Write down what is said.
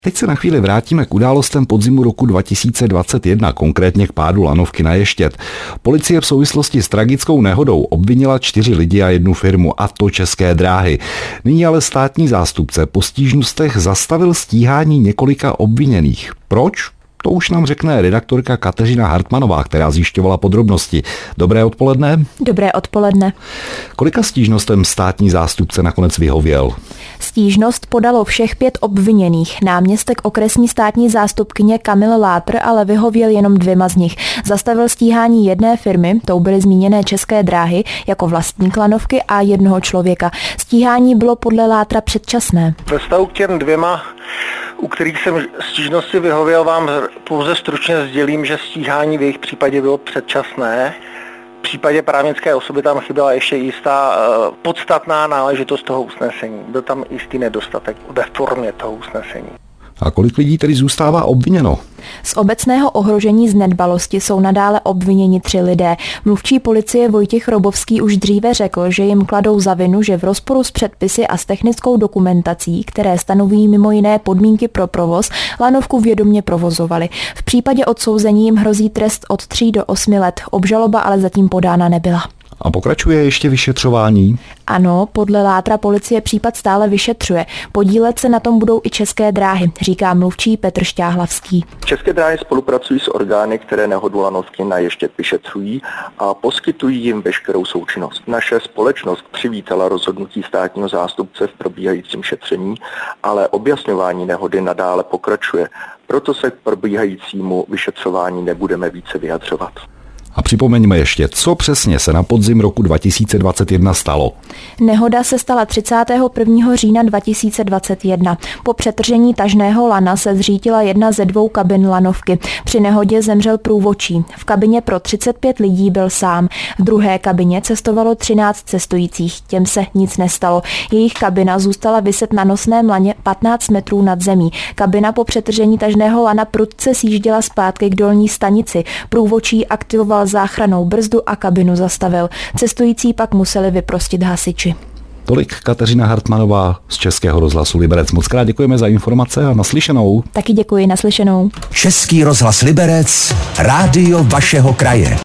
Teď se na chvíli vrátíme k událostem podzimu roku 2021, konkrétně k pádu lanovky na Ještěd. Policie v souvislosti s tragickou nehodou obvinila 4 lidi a 1 firmu, a to České dráhy. Nyní ale státní zástupce po stížnostech zastavil stíhání několika obviněných. Proč? To už nám řekne redaktorka Kateřina Hartmanová, která zjišťovala podrobnosti. Dobré odpoledne. Dobré odpoledne. Kolika stížnostem státní zástupce nakonec vyhověl? Stížnost podalo všech 5 obviněných. Náměstek okresní státní zástupkyně Kamil Látr ale vyhověl jenom 2 z nich. Zastavil stíhání 1 firmy, tou byly zmíněné České dráhy, jako vlastník lanovky a 1 člověka. Stíhání bylo podle Látra předčasné. Ve vztahu k těm 2, u kterých jsem stížnosti vyhověl, vám pouze stručně sdělím, že stíhání v jejich případě bylo předčasné. V případě právnické osoby tam chyběla ještě jistá podstatná náležitost toho usnesení. Byl tam jistý nedostatek ve formě toho usnesení. A kolik lidí tedy zůstává obviněno? Z obecného ohrožení z nedbalosti jsou nadále obviněni 3 lidé. Mluvčí policie Vojtěch Robovský už dříve řekl, že jim kladou za vinu, že v rozporu s předpisy a s technickou dokumentací, které stanovují mimo jiné podmínky pro provoz, lanovku vědomě provozovali. V případě odsouzení jim hrozí trest od 3 do 8 let. Obžaloba ale zatím podána nebyla. A pokračuje ještě vyšetřování? Ano, podle Látra policie případ stále vyšetřuje. Podílet se na tom budou i České dráhy, říká mluvčí Petr Šťáhlavský. České dráhy spolupracují s orgány, které nehodu lanovky na Ještěd vyšetřují a poskytují jim veškerou součinnost. Naše společnost přivítala rozhodnutí státního zástupce v probíhajícím šetření, ale objasňování nehody nadále pokračuje. Proto se k probíhajícímu vyšetřování nebudeme více vyjadřovat. A připomeňme ještě, co přesně se na podzim roku 2021 stalo. Nehoda se stala 31. října 2021. Po přetržení tažného lana se zřítila 1 ze 2 kabin lanovky. Při nehodě zemřel průvodčí. V kabině pro 35 lidí byl sám. V druhé kabině cestovalo 13 cestujících. Těm se nic nestalo. Jejich kabina zůstala viset na nosném laně 15 metrů nad zemí. Kabina po přetržení tažného lana prudce sjížděla zpátky k dolní stanici. Průvodčí aktivoval záchrannou brzdu a kabinu zastavil. Cestující pak museli vyprostit hasiči. Tolik Kateřina Hartmanová z Českého rozhlasu Liberec. Mockrát děkujeme za informace a naslyšenou. Taky děkuji, naslyšenou. Český rozhlas Liberec, rádio vašeho kraje.